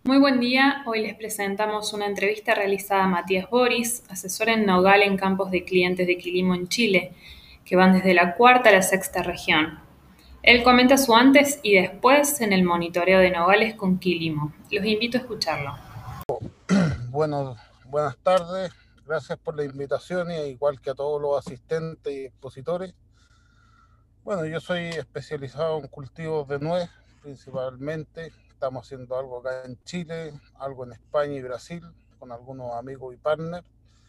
Muy buen día. Hoy les presentamos una entrevista realizada a Matías Boris, asesor en Nogal en campos de clientes de Quilimo en Chile, que van desde la cuarta a la sexta región. Él comenta su antes y después en el monitoreo de nogales con Quilimo. Los invito a escucharlo. Bueno, buenas tardes, gracias por la invitación, y igual que a todos los asistentes y expositores. Bueno, yo soy especializado en cultivos de nuez, principalmente. Estamos haciendo algo acá en Chile, algo en España y Brasil, con algunos amigos y partners.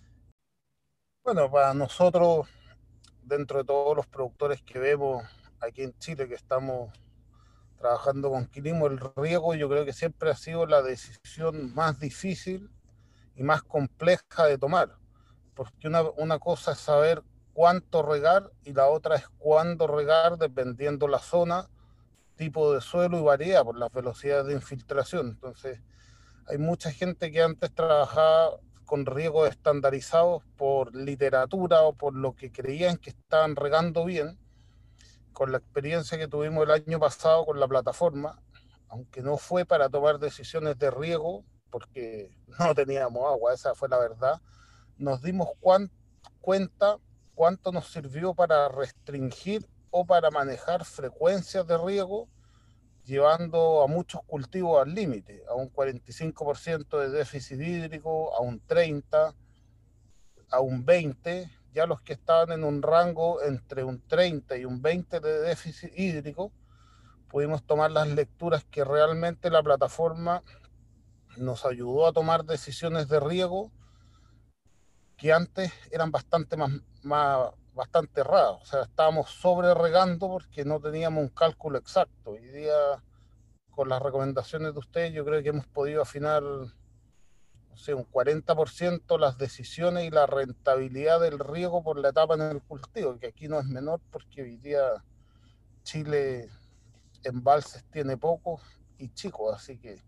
Bueno, para nosotros, dentro de todos los productores que vemos aquí en Chile, que estamos trabajando con Quilimo, el riego yo creo que siempre ha sido la decisión más difícil y más compleja de tomar, porque una cosa es saber cuánto regar y la otra es cuándo regar, dependiendo la zona, tipo de suelo y variedad por las velocidades de infiltración. Entonces, hay mucha gente que antes trabajaba con riegos estandarizados por literatura o por lo que creían que estaban regando bien. Con la experiencia que tuvimos el año pasado con la plataforma, aunque no fue para tomar decisiones de riego, porque no teníamos agua, esa fue la verdad, nos dimos cuenta cuánto nos sirvió para restringir o para manejar frecuencias de riego, llevando a muchos cultivos al límite, a un 45% de déficit hídrico, a un 30%, a un 20%. Ya los que estaban en un rango entre un 30 y un 20 de déficit hídrico, pudimos tomar las lecturas que realmente la plataforma nos ayudó a tomar decisiones de riego que antes eran bastante erradas. O sea, estábamos sobre regando porque no teníamos un cálculo exacto. Hoy día, con las recomendaciones de ustedes, yo creo que hemos podido afinar, no sé, un 40% las decisiones y la rentabilidad del riego por la etapa en el cultivo, que aquí no es menor porque hoy día Chile embalses tiene pocos y chicos, así que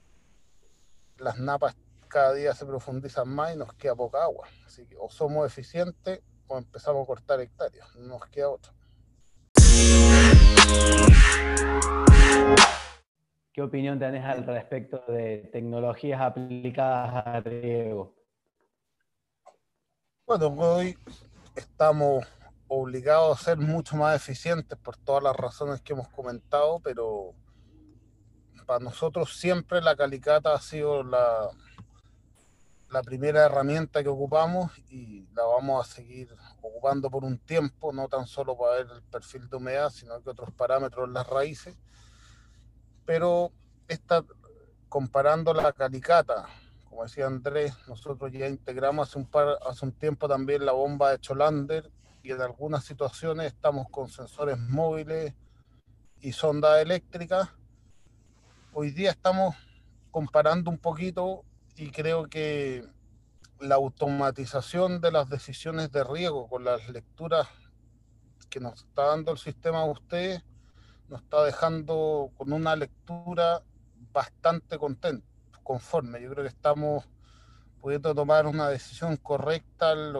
las napas cada día se profundizan más y nos queda poca agua. Así que o somos eficientes o empezamos a cortar hectáreas, no nos queda otra. ¿Qué opinión tenés al respecto de tecnologías aplicadas a riego? Bueno, hoy estamos obligados a ser mucho más eficientes por todas las razones que hemos comentado, pero para nosotros siempre la Calicata ha sido la primera herramienta que ocupamos y la vamos a seguir ocupando por un tiempo, no tan solo para ver el perfil de humedad, sino que otros parámetros en las raíces. Pero esta, comparando la Calicata, como decía Andrés, nosotros ya integramos hace un tiempo también la bomba de Cholander, y en algunas situaciones estamos con sensores móviles y sondas eléctricas. Hoy día estamos comparando un poquito y creo que la automatización de las decisiones de riego con las lecturas que nos está dando el sistema de ustedes nos está dejando con una lectura bastante conforme. Yo creo que estamos pudiendo tomar una decisión correcta al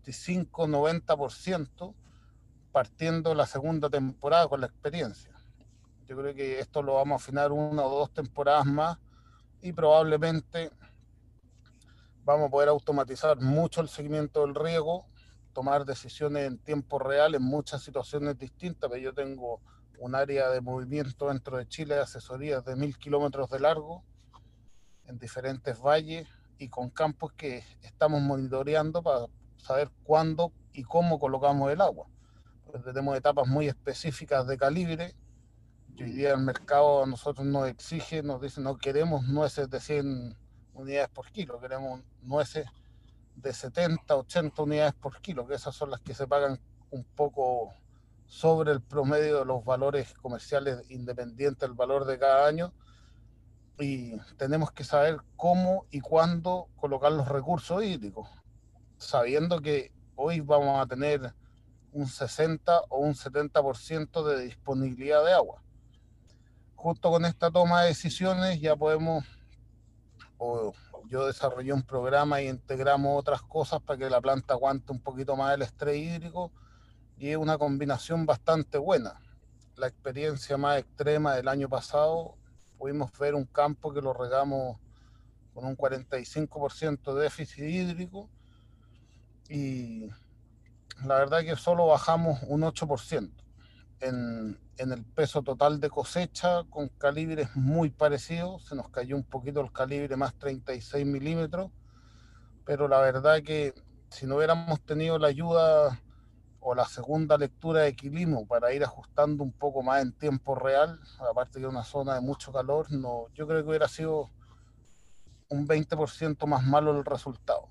85-90%, partiendo la segunda temporada con la experiencia. Yo creo que esto lo vamos a afinar una o dos temporadas más y probablemente vamos a poder automatizar mucho el seguimiento del riego, tomar decisiones en tiempo real en muchas situaciones distintas, pero yo tengo un área de movimiento dentro de Chile de asesorías de 1000 kilómetros de largo en diferentes valles y con campos que estamos monitoreando para saber cuándo y cómo colocamos el agua. Pues tenemos etapas muy específicas de calibre, y hoy día el mercado a nosotros nos exige, nos dice: no queremos nueces de 100 unidades por kilo, queremos nueces de 70, 80 unidades por kilo, que esas son las que se pagan un poco sobre el promedio de los valores comerciales independientes del valor de cada año, y tenemos que saber cómo y cuándo colocar los recursos hídricos, sabiendo que hoy vamos a tener un 60 o un 70% de disponibilidad de agua. Justo con esta toma de decisiones ya podemos, o yo desarrollé un programa y integramos otras cosas para que la planta aguante un poquito más el estrés hídrico, y es una combinación bastante buena. La experiencia más extrema del año pasado pudimos ver un campo que lo regamos con un 45% de déficit hídrico y la verdad que solo bajamos un 8% en el peso total de cosecha con calibres muy parecidos. Se nos cayó un poquito el calibre más 36 milímetros, pero la verdad que si no hubiéramos tenido la ayuda o la segunda lectura de Quilimo para ir ajustando un poco más en tiempo real, aparte que es una zona de mucho calor, no, yo creo que hubiera sido un 20% más malo el resultado.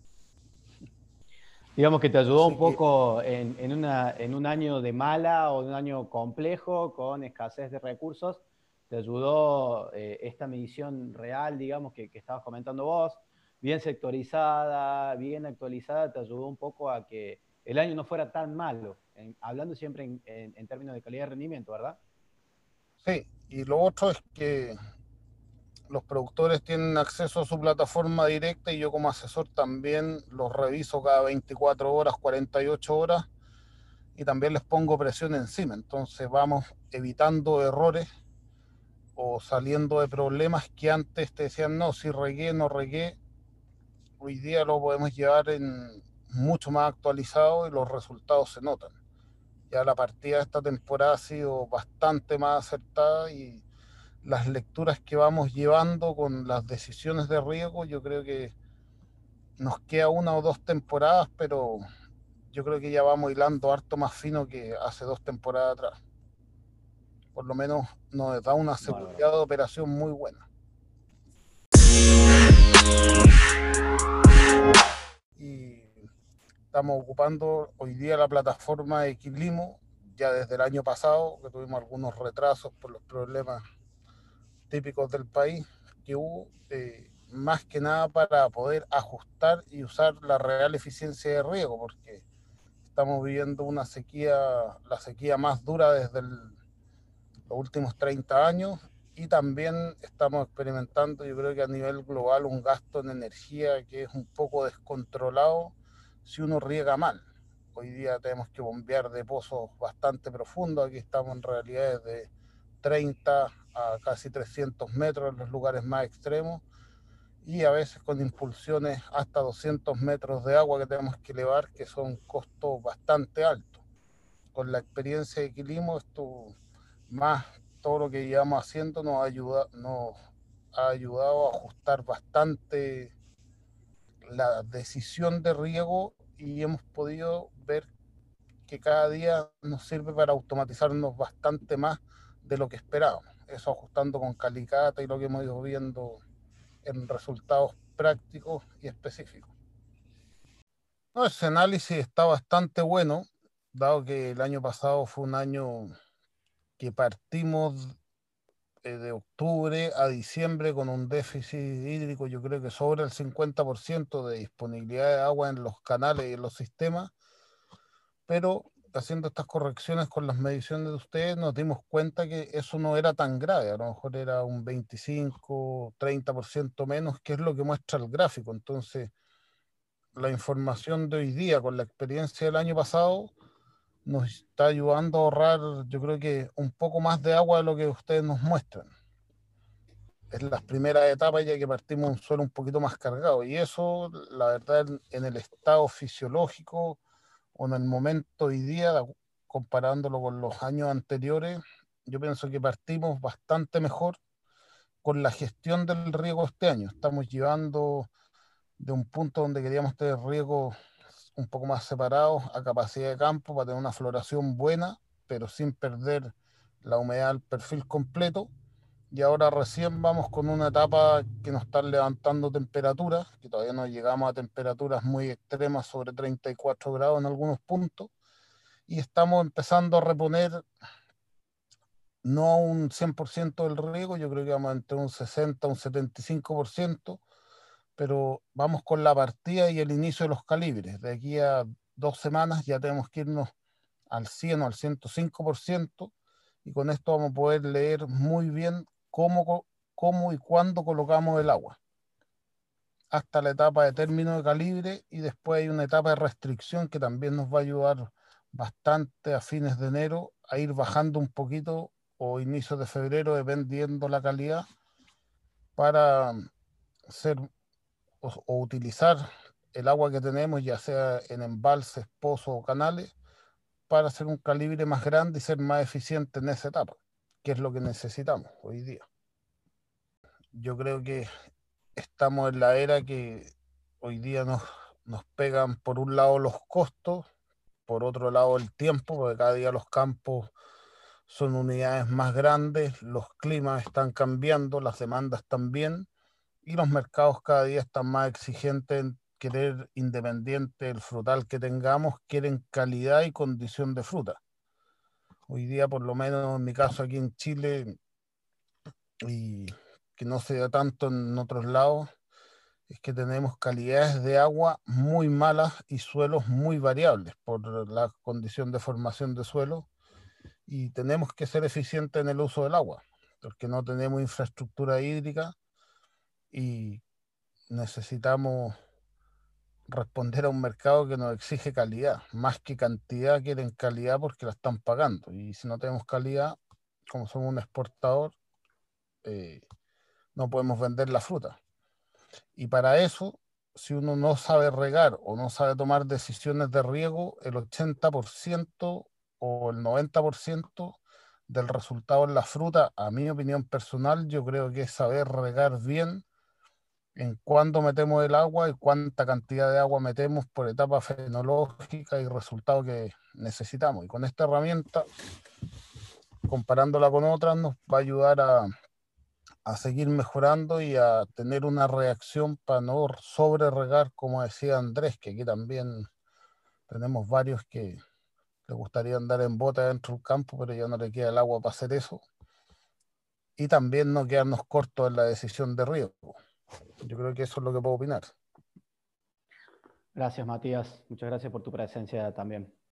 Digamos que te ayudó Así un que poco en un año de mala o en un año complejo, con escasez de recursos, te ayudó esta medición real, digamos, que estabas comentando vos, bien sectorizada, bien actualizada, te ayudó un poco a que el año no fuera tan malo, hablando siempre en términos de calidad de rendimiento, ¿verdad? sí, y lo otro es que los productores tienen acceso a su plataforma directa y yo como asesor también los reviso cada 24 horas, 48 horas y también les pongo presión encima. Entonces vamos evitando errores o saliendo de problemas que antes te decían, no, si regué, no regué. Hoy día lo podemos llevar en mucho más actualizado y los resultados se notan. Ya la partida de esta temporada ha sido bastante más acertada y las lecturas que vamos llevando con las decisiones de riego, yo creo que nos queda una o dos temporadas, pero yo creo que ya vamos hilando harto más fino que hace 2 temporadas atrás. Por lo menos nos da una Bárbaro. seguridad de operación muy buena. Y estamos ocupando hoy día la plataforma de Quilimo, ya desde el año pasado, que tuvimos algunos retrasos por los problemas típicos del país que hubo, más que nada para poder ajustar y usar la real eficiencia de riego, porque estamos viviendo una sequía, la sequía más dura desde los últimos 30 años y también estamos experimentando, yo creo que a nivel global, un gasto en energía que es un poco descontrolado si uno riega mal. Hoy día tenemos que bombear de pozos bastante profundos, aquí estamos en realidades de 30 a casi 300 metros en los lugares más extremos y a veces con impulsiones hasta 200 metros de agua que tenemos que elevar, que son costos bastante altos. Con la experiencia de Quilimo, esto más todo lo que llevamos haciendo nos ha ayudado a ajustar bastante la decisión de riego y hemos podido ver que cada día nos sirve para automatizarnos bastante más de lo que esperábamos. Eso ajustando con Calicata y lo que hemos ido viendo en resultados prácticos y específicos. No, ese análisis está bastante bueno, dado que el año pasado fue un año que partimos de octubre a diciembre con un déficit hídrico, yo creo que sobre el 50% de disponibilidad de agua en los canales y en los sistemas, pero haciendo estas correcciones con las mediciones de ustedes nos dimos cuenta que eso no era tan grave, a lo mejor era un 25-30% menos, que es lo que muestra el gráfico. Entonces, la información de hoy día con la experiencia del año pasado nos está ayudando a ahorrar, yo creo que un poco más de agua de lo que ustedes nos muestran. Es las primeras etapas ya que partimos un suelo un poquito más cargado y eso, la verdad, en el estado fisiológico o en el momento hoy día, comparándolo con los años anteriores, yo pienso que partimos bastante mejor con la gestión del riego este año. Estamos llevando de un punto donde queríamos tener riegos un poco más separados a capacidad de campo para tener una floración buena, pero sin perder la humedad del perfil completo. Y ahora recién vamos con una etapa que nos está levantando temperaturas, que todavía no llegamos a temperaturas muy extremas, sobre 34 grados en algunos puntos, y estamos empezando a reponer no un 100% del riego, yo creo que vamos entre un 60 un 75%, pero vamos con la partida y el inicio de los calibres. De aquí a 2 semanas ya tenemos que irnos al 100 o al 105%, y con esto vamos a poder leer muy bien cómo y cuándo colocamos el agua, hasta la etapa de término de calibre, y después hay una etapa de restricción que también nos va a ayudar bastante a fines de enero a ir bajando un poquito o inicios de febrero, dependiendo la calidad, para hacer o utilizar el agua que tenemos, ya sea en embalses, pozos o canales, para hacer un calibre más grande y ser más eficiente en esa etapa, que es lo que necesitamos hoy día. Yo creo que estamos en la era que hoy día nos pegan por un lado los costos, por otro lado el tiempo, porque cada día los campos son unidades más grandes, los climas están cambiando, las demandas también, y los mercados cada día están más exigentes en querer, independiente del frutal que tengamos, quieren calidad y condición de fruta. Hoy día, por lo menos en mi caso aquí en Chile, y que no se da tanto en otros lados, es que tenemos calidades de agua muy malas y suelos muy variables por la condición de formación de suelo, y tenemos que ser eficientes en el uso del agua, porque no tenemos infraestructura hídrica y necesitamos responder a un mercado que nos exige calidad, más que cantidad, quieren calidad porque la están pagando, y si no tenemos calidad, como somos un exportador, eh, no podemos vender la fruta. Y para eso, si uno no sabe regar o no sabe tomar decisiones de riego, el 80% o el 90% del resultado en la fruta, a mi opinión personal, yo creo que es saber regar bien en cuándo metemos el agua y cuánta cantidad de agua metemos por etapa fenológica y resultado que necesitamos. Y con esta herramienta, comparándola con otras, nos va a ayudar a seguir mejorando y a tener una reacción para no sobre regar, como decía Andrés, que aquí también tenemos varios que les gustaría andar en bota dentro del campo, pero ya no le queda el agua para hacer eso. Y también no quedarnos cortos en la decisión de riego. Yo creo que eso es lo que puedo opinar. Gracias, Matías. Muchas gracias por tu presencia también.